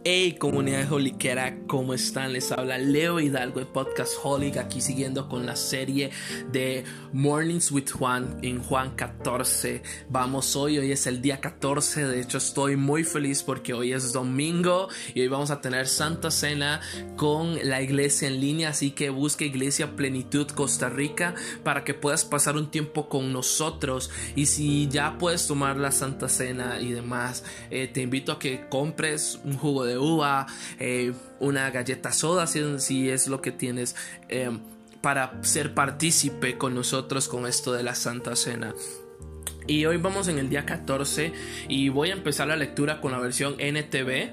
Hey, comunidad holiquera, ¿cómo están? Les habla Leo Hidalgo de Podcast Holic, aquí siguiendo con la serie de Mornings with Juan en Juan 14. Hoy es el día 14, de hecho estoy muy feliz porque hoy es domingo y hoy vamos a tener Santa Cena con la iglesia en línea, así que busca Iglesia Plenitud Costa Rica para que puedas pasar un tiempo con nosotros. Y si ya puedes tomar la Santa Cena y demás, te invito a que compres un jugo de uva, una galleta soda si es lo que tienes, para ser partícipe con nosotros con esto de la Santa Cena. Y hoy vamos en el día 14 y voy a empezar la lectura con la versión NTV.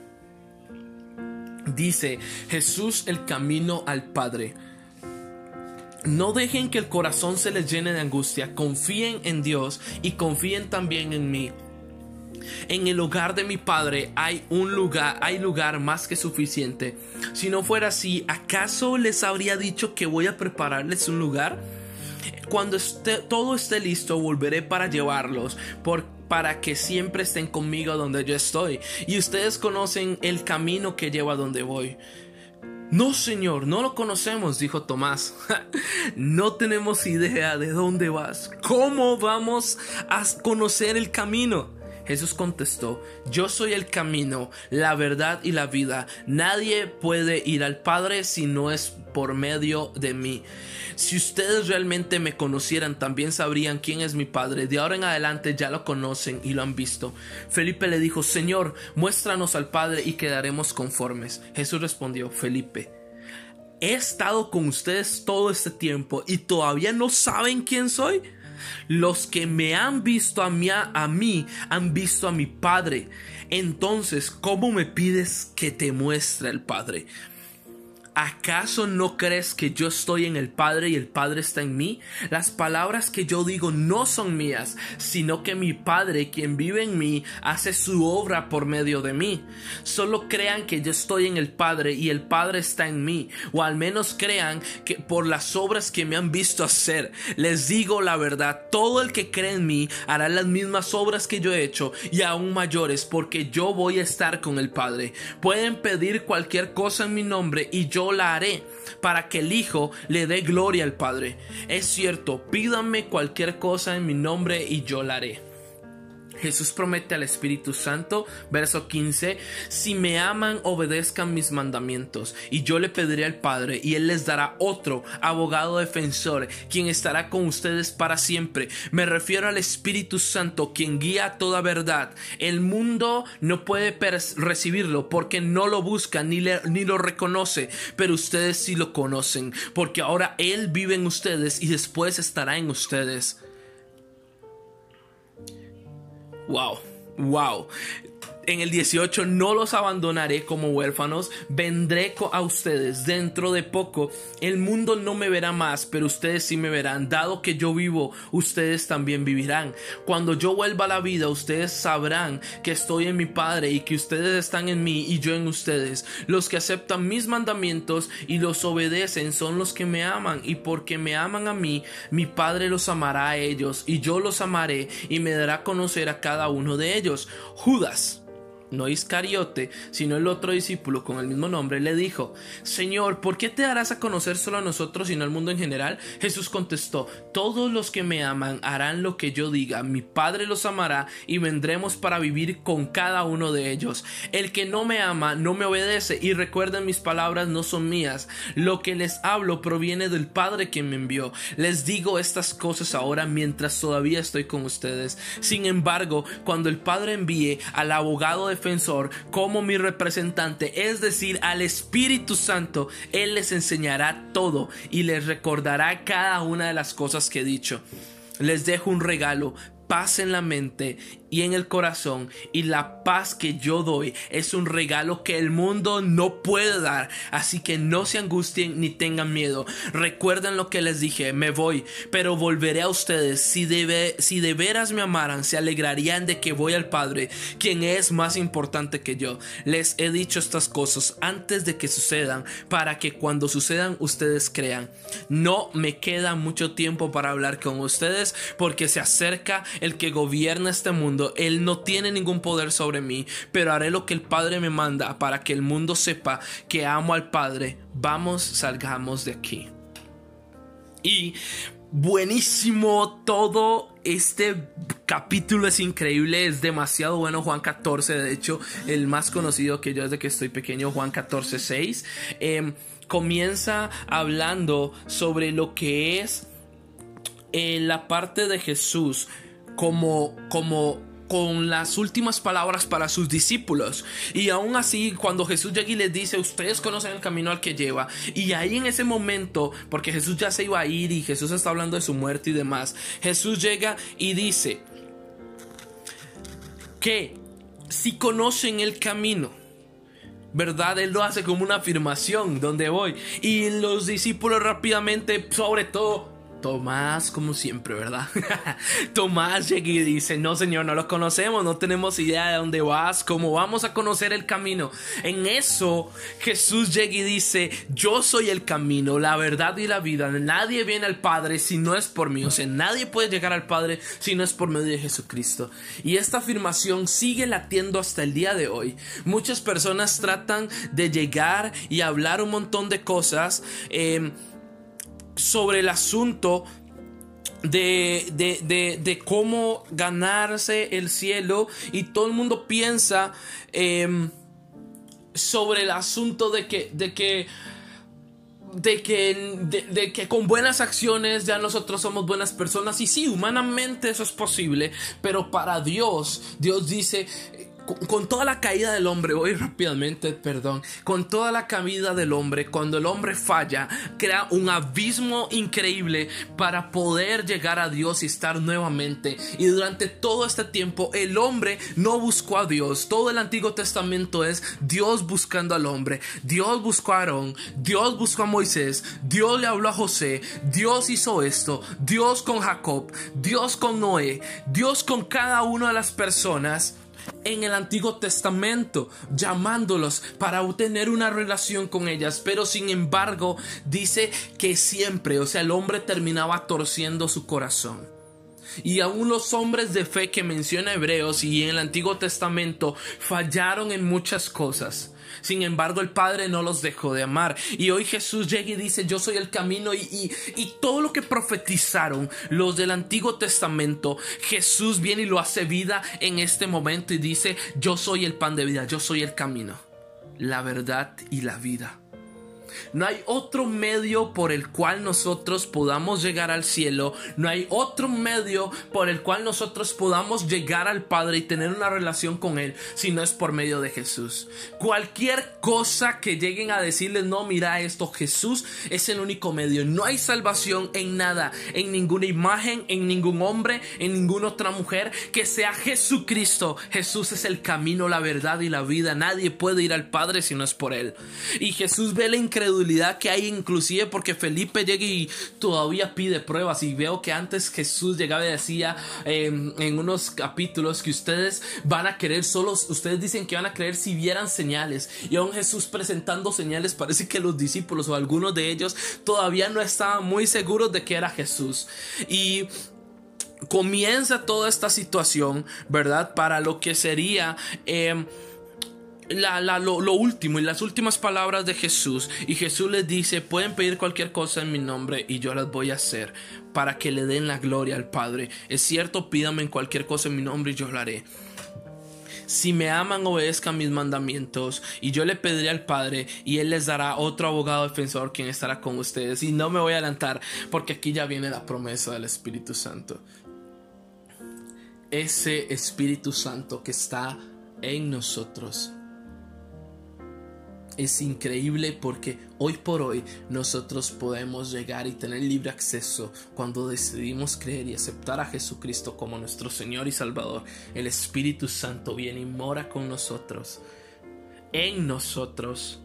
Dice: Jesús, el camino al Padre. No dejen que el corazón se les llene de angustia, confíen en Dios y confíen también en mí. En el hogar de mi Padre hay lugar más que suficiente. Si no fuera así, ¿acaso les habría dicho que voy a prepararles un lugar? Cuando todo esté listo, volveré para llevarlos, para que siempre estén conmigo donde yo estoy. Y ustedes conocen el camino que lleva a donde voy. No, Señor, no lo conocemos, dijo Tomás. No tenemos idea de dónde vas. ¿Cómo vamos a conocer el camino? Jesús contestó: yo soy el camino, la verdad y la vida. Nadie puede ir al Padre si no es por medio de mí. Si ustedes realmente me conocieran, también sabrían quién es mi Padre. De ahora en adelante ya lo conocen y lo han visto. Felipe le dijo: Señor, muéstranos al Padre y quedaremos conformes. Jesús respondió: Felipe, he estado con ustedes todo este tiempo y todavía no saben quién soy. Los que me han visto a mí han visto a mi Padre. Entonces, ¿cómo me pides que te muestre el Padre? ¿Acaso no crees que yo estoy en el Padre y el Padre está en mí? Las palabras que yo digo no son mías, sino que mi Padre, quien vive en mí, hace su obra por medio de mí. Solo crean que yo estoy en el Padre y el Padre está en mí, o al menos crean que por las obras que me han visto hacer. Les digo la verdad, todo el que cree en mí hará las mismas obras que yo he hecho y aún mayores, porque yo voy a estar con el Padre. Pueden pedir cualquier cosa en mi nombre y yo la haré, para que el Hijo le dé gloria al Padre. Es cierto, pídanme cualquier cosa en mi nombre y yo la haré. Jesús promete al Espíritu Santo, verso 15: si me aman, obedezcan mis mandamientos, y yo le pediré al Padre, y Él les dará otro abogado defensor, quien estará con ustedes para siempre. Me refiero al Espíritu Santo, quien guía toda verdad. El mundo no puede recibirlo, porque no lo busca ni lo reconoce, pero ustedes sí lo conocen, porque ahora Él vive en ustedes y después estará en ustedes. Wow. En el 18: no los abandonaré como huérfanos, vendré a ustedes dentro de poco. El mundo no me verá más, pero ustedes sí me verán. Dado que yo vivo, ustedes también vivirán. Cuando yo vuelva a la vida, ustedes sabrán que estoy en mi Padre y que ustedes están en mí y yo en ustedes. Los que aceptan mis mandamientos y los obedecen son los que me aman, y porque me aman a mí, mi Padre los amará a ellos, y yo los amaré y me dará a conocer a cada uno de ellos. Judas, no Iscariote, sino el otro discípulo con el mismo nombre, le dijo: Señor, ¿por qué te darás a conocer solo a nosotros y no al mundo en general? Jesús contestó: todos los que me aman harán lo que yo diga. Mi Padre los amará y vendremos para vivir con cada uno de ellos. El que no me ama no me obedece, y recuerden, mis palabras no son mías. Lo que les hablo proviene del Padre que me envió. Les digo estas cosas ahora mientras todavía estoy con ustedes. Sin embargo, cuando el Padre envíe al abogado defensor como mi representante, es decir, al Espíritu Santo, Él les enseñará todo y les recordará cada una de las cosas que he dicho. Les dejo un regalo: paz en la mente y en el corazón, y la paz que yo doy es un regalo que el mundo no puede dar. Así que no se angustien ni tengan miedo. Recuerden lo que les dije: me voy, pero volveré a ustedes. Si de veras me amaran, se alegrarían de que voy al Padre, quien es más importante que yo. Les he dicho estas cosas antes de que sucedan, para que cuando sucedan ustedes crean. No me queda mucho tiempo para hablar con ustedes, porque se acerca el que gobierna este mundo mundo. Él no tiene ningún poder sobre mí, pero haré lo que el Padre me manda para que el mundo sepa que amo al Padre. Vamos, salgamos de aquí. Y buenísimo, todo este capítulo es increíble, es demasiado bueno. Juan 14, de hecho, el más conocido que yo desde que estoy pequeño, Juan 14:6, comienza hablando sobre lo que es la parte de Jesús como con las últimas palabras para sus discípulos. Y aún así, cuando Jesús llega y les dice: ustedes conocen el camino al que lleva, y ahí en ese momento, porque Jesús ya se iba a ir y Jesús está hablando de su muerte y demás, Jesús llega y dice que si conocen el camino, ¿verdad? Él lo hace como una afirmación: ¿dónde voy? Y los discípulos rápidamente, sobre todo Tomás, como siempre, ¿verdad? Tomás llega y dice: no, Señor, no lo conocemos, no tenemos idea de dónde vas, ¿cómo vamos a conocer el camino? En eso Jesús llega y dice: yo soy el camino, la verdad y la vida. Nadie viene al Padre si no es por mí. O sea, nadie puede llegar al Padre si no es por medio de Jesucristo. Y esta afirmación sigue latiendo hasta el día de hoy. Muchas personas tratan de llegar y hablar un montón de cosas sobre el asunto de cómo ganarse el cielo, y todo el mundo piensa sobre el asunto de que con buenas acciones ya nosotros somos buenas personas. Y sí, humanamente eso es posible, pero para Dios dice: con toda la caída del hombre, voy rápidamente, perdón, con toda la caída del hombre, cuando el hombre falla, crea un abismo increíble para poder llegar a Dios y estar nuevamente. Y durante todo este tiempo el hombre no buscó a Dios. Todo el Antiguo Testamento es Dios buscando al hombre. Dios buscó a Aarón, Dios buscó a Moisés, Dios le habló a José, Dios hizo esto, Dios con Jacob, Dios con Noé, Dios con cada una de las personas en el Antiguo Testamento, llamándolos para tener una relación con ellas. Pero sin embargo dice que siempre, o sea, el hombre terminaba torciendo su corazón. Y aún los hombres de fe que menciona Hebreos y en el Antiguo Testamento fallaron en muchas cosas. Sin embargo, el Padre no los dejó de amar. Y hoy Jesús llega y dice: yo soy el camino. Y todo lo que profetizaron los del Antiguo Testamento, Jesús viene y lo hace vida en este momento y dice: yo soy el pan de vida, yo soy el camino, la verdad y la vida. No hay otro medio por el cual nosotros podamos llegar al cielo. No hay otro medio por el cual nosotros podamos llegar al Padre y tener una relación con Él, si no es por medio de Jesús. Cualquier cosa que lleguen a decirles: no, mira esto, Jesús es el único medio. No hay salvación en nada, en ninguna imagen, en ningún hombre, en ninguna otra mujer que sea Jesucristo. Jesús es el camino, la verdad y la vida. Nadie puede ir al Padre si no es por Él. Y Jesús ve la incredulidad que hay, inclusive porque Felipe llega y todavía pide pruebas. Y veo que antes Jesús llegaba y decía en unos capítulos que ustedes van a creer solos, ustedes dicen que van a creer si vieran señales. Y aún Jesús presentando señales, parece que los discípulos o algunos de ellos todavía no estaban muy seguros de que era Jesús. Y comienza toda esta situación, ¿verdad? Para lo que sería lo último y las últimas palabras de Jesús. Y Jesús les dice: pueden pedir cualquier cosa en mi nombre y yo las voy a hacer para que le den la gloria al Padre. Es cierto, pídanme en cualquier cosa en mi nombre y yo lo haré. Si me aman, obedezcan mis mandamientos, y yo le pediré al Padre y Él les dará otro abogado defensor quien estará con ustedes. Y no me voy a adelantar porque aquí ya viene la promesa del Espíritu Santo. Ese Espíritu Santo que está en nosotros es increíble, porque hoy por hoy nosotros podemos llegar y tener libre acceso cuando decidimos creer y aceptar a Jesucristo como nuestro Señor y Salvador. El Espíritu Santo viene y mora con nosotros, en nosotros.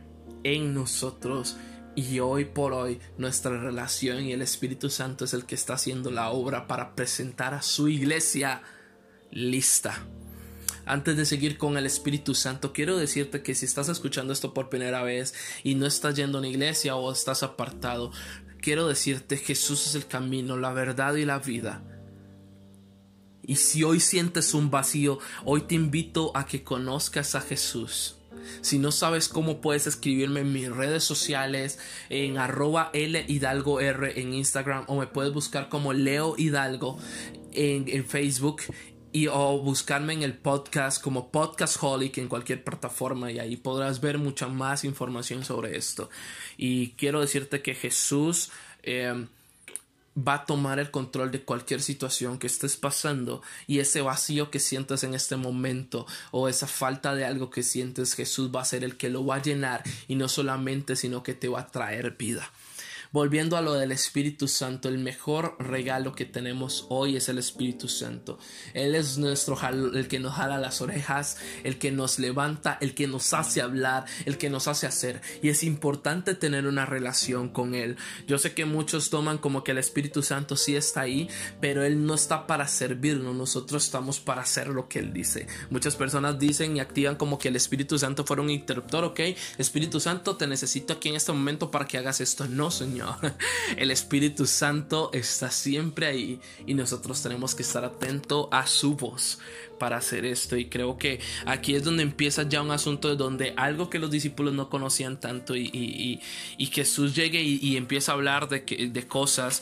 Y hoy por hoy nuestra relación y el Espíritu Santo es el que está haciendo la obra para presentar a su iglesia lista. Antes de seguir con el Espíritu Santo, quiero decirte que si estás escuchando esto por primera vez y no estás yendo a una iglesia o estás apartado, quiero decirte: Jesús es el camino, la verdad y la vida. Y si hoy sientes un vacío, hoy te invito a que conozcas a Jesús. Si no sabes cómo, puedes escribirme en mis redes sociales, en @LHidalgoR en Instagram, o me puedes buscar como Leo Hidalgo en Facebook, o buscarme en el podcast como Podcastholic en cualquier plataforma, y ahí podrás ver mucha más información sobre esto. Y quiero decirte que Jesús va a tomar el control de cualquier situación que estés pasando, y ese vacío que sientes en este momento, o esa falta de algo que sientes, Jesús va a ser el que lo va a llenar, y no solamente, sino que te va a traer vida. Volviendo a lo del Espíritu Santo, el mejor regalo que tenemos hoy es el Espíritu Santo. Él es el que nos jala las orejas, el que nos levanta, el que nos hace hablar, el que nos hace hacer. Y es importante tener una relación con Él. Yo sé que muchos toman como que el Espíritu Santo sí está ahí, pero Él no está para servirnos, nosotros estamos para hacer lo que Él dice. Muchas personas dicen y activan como que el Espíritu Santo fuera un interruptor. Ok, Espíritu Santo, te necesito aquí en este momento para que hagas esto. No, Señor. El Espíritu Santo está siempre ahí, y nosotros tenemos que estar atentos a su voz para hacer esto. Y creo que aquí es donde empieza ya un asunto de donde algo que los discípulos no conocían tanto, y Jesús llegue y empieza a hablar de cosas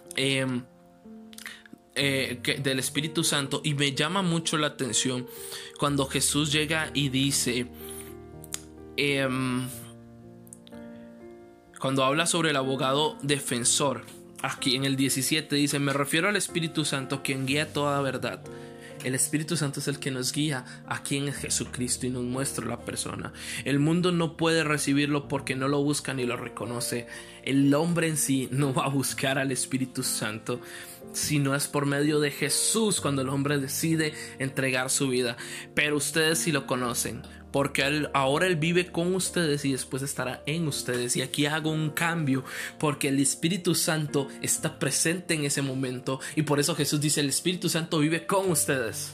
del Espíritu Santo. Y me llama mucho la atención cuando Jesús llega y dice cuando habla sobre el abogado defensor, aquí en el 17 dice: me refiero al Espíritu Santo, quien guía toda verdad. El Espíritu Santo es el que nos guía a quién es Jesucristo y nos muestra la persona. El mundo no puede recibirlo porque no lo busca ni lo reconoce. El hombre en sí no va a buscar al Espíritu Santo si no es por medio de Jesús, cuando el hombre decide entregar su vida. Pero ustedes sí lo conocen, porque ahora Él vive con ustedes y después estará en ustedes. Y aquí hago un cambio, porque el Espíritu Santo está presente en ese momento, y por eso Jesús dice: el Espíritu Santo vive con ustedes,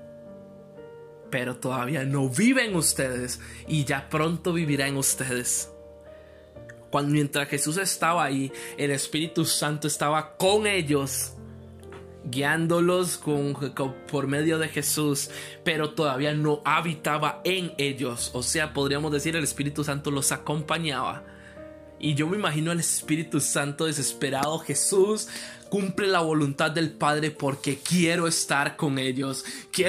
pero todavía no vive en ustedes, y ya pronto vivirá en ustedes. Mientras Jesús estaba ahí, el Espíritu Santo estaba con ellos, guiándolos por medio de Jesús, pero todavía no habitaba en ellos. O sea, podríamos decir, el Espíritu Santo los acompañaba. Y yo me imagino al Espíritu Santo desesperado: Jesús, cumple la voluntad del Padre, porque quiero estar con ellos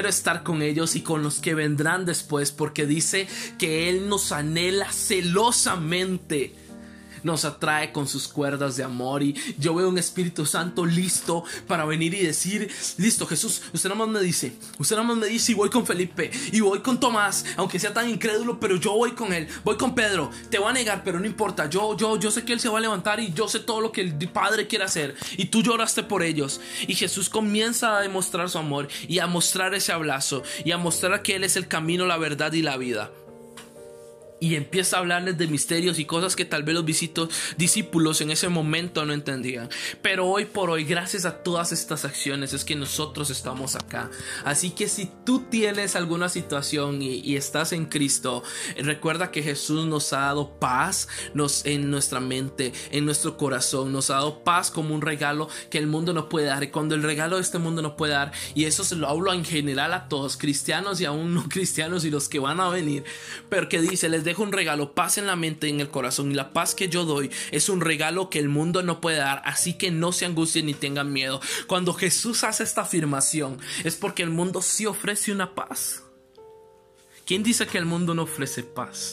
y con los que vendrán después, porque dice que Él nos anhela celosamente. Nos atrae con sus cuerdas de amor, y yo veo un Espíritu Santo listo para venir y decir: listo, Jesús, usted nada más me dice y voy con Felipe y voy con Tomás, aunque sea tan incrédulo, pero yo voy con él, voy con Pedro, te voy a negar, pero no importa, yo sé que él se va a levantar, y yo sé todo lo que el Padre quiere hacer, y tú lloraste por ellos. Y Jesús comienza a demostrar su amor, y a mostrar ese abrazo, y a mostrar que Él es el camino, la verdad y la vida. Y empieza a hablarles de misterios y cosas que tal vez los discípulos en ese momento no entendían. Pero hoy por hoy, gracias a todas estas acciones, es que nosotros estamos acá. Así que si tú tienes alguna situación y estás en Cristo, recuerda que Jesús nos ha dado paz en nuestra mente, en nuestro corazón. Nos ha dado paz como un regalo que el mundo no puede dar. Y cuando el regalo de este mundo no puede dar, y eso se lo hablo en general a todos, cristianos y aún no cristianos y los que van a venir, pero que dice: les dejo un regalo, paz en la mente y en el corazón, y la paz que yo doy es un regalo que el mundo no puede dar, así que no se angustien ni tengan miedo. Cuando Jesús hace esta afirmación, es porque el mundo sí ofrece una paz. ¿Quién dice que el mundo no ofrece paz?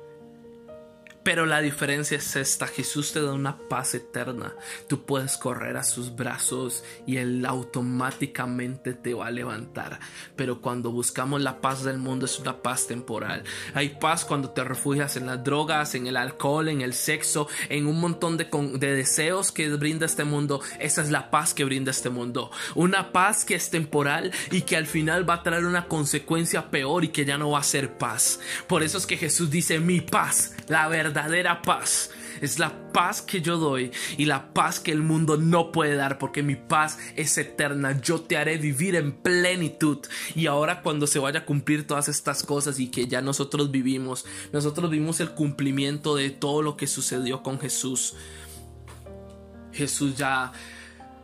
Pero la diferencia es esta: Jesús te da una paz eterna. Tú puedes correr a sus brazos y Él automáticamente te va a levantar. Pero cuando buscamos la paz del mundo, es una paz temporal. Hay paz cuando te refugias en las drogas, en el alcohol, en el sexo, en un montón de deseos que brinda este mundo. Esa es la paz que brinda este mundo. Una paz que es temporal y que al final va a traer una consecuencia peor, y que ya no va a ser paz. Por eso es que Jesús dice: mi paz, la verdadera paz, es la paz que yo doy, y la paz que el mundo no puede dar, porque mi paz es eterna. Yo te haré vivir en plenitud. Y ahora, cuando se vaya a cumplir todas estas cosas, y que ya nosotros vimos el cumplimiento de todo lo que sucedió con Jesús. Jesús ya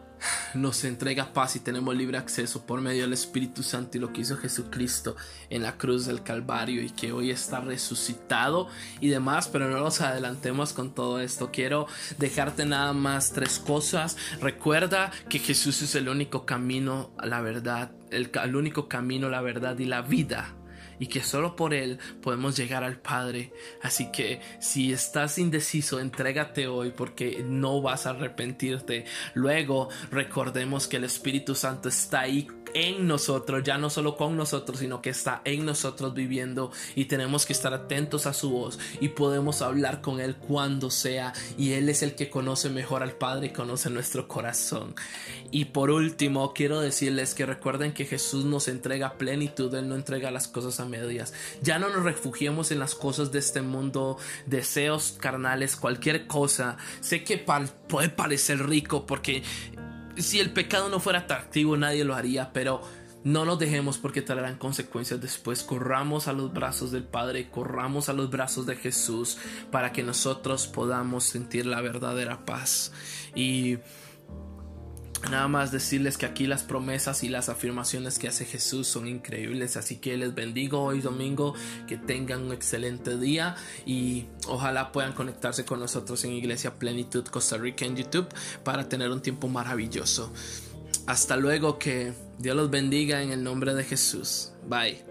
nos entrega paz y tenemos libre acceso por medio del Espíritu Santo y lo que hizo Jesucristo en la cruz del Calvario, y que hoy está resucitado y demás. Pero no nos adelantemos con todo esto. Quiero dejarte nada más 3 cosas. Recuerda que Jesús es el único camino a la verdad, el único camino, la verdad y la vida, y que solo por Él podemos llegar al Padre. Así que si estás indeciso, entrégate hoy, porque no vas a arrepentirte. Luego recordemos que el Espíritu Santo está ahí en nosotros, ya no solo con nosotros, sino que está en nosotros viviendo, y tenemos que estar atentos a su voz y podemos hablar con Él cuando sea, y Él es el que conoce mejor al Padre y conoce nuestro corazón. Y por último, quiero decirles que recuerden que Jesús nos entrega plenitud. Él no entrega las cosas a medias. Ya no nos refugiemos en las cosas de este mundo, deseos carnales, cualquier cosa. Sé que puede parecer rico, porque si el pecado no fuera atractivo nadie lo haría, pero no nos dejemos, porque traerán consecuencias después. Corramos a los brazos del Padre, corramos a los brazos de Jesús, para que nosotros podamos sentir la verdadera paz. Y nada más decirles que aquí las promesas y las afirmaciones que hace Jesús son increíbles. Así que les bendigo hoy domingo, que tengan un excelente día, y ojalá puedan conectarse con nosotros en Iglesia Plenitud Costa Rica en YouTube para tener un tiempo maravilloso. Hasta luego, que Dios los bendiga en el nombre de Jesús. Bye.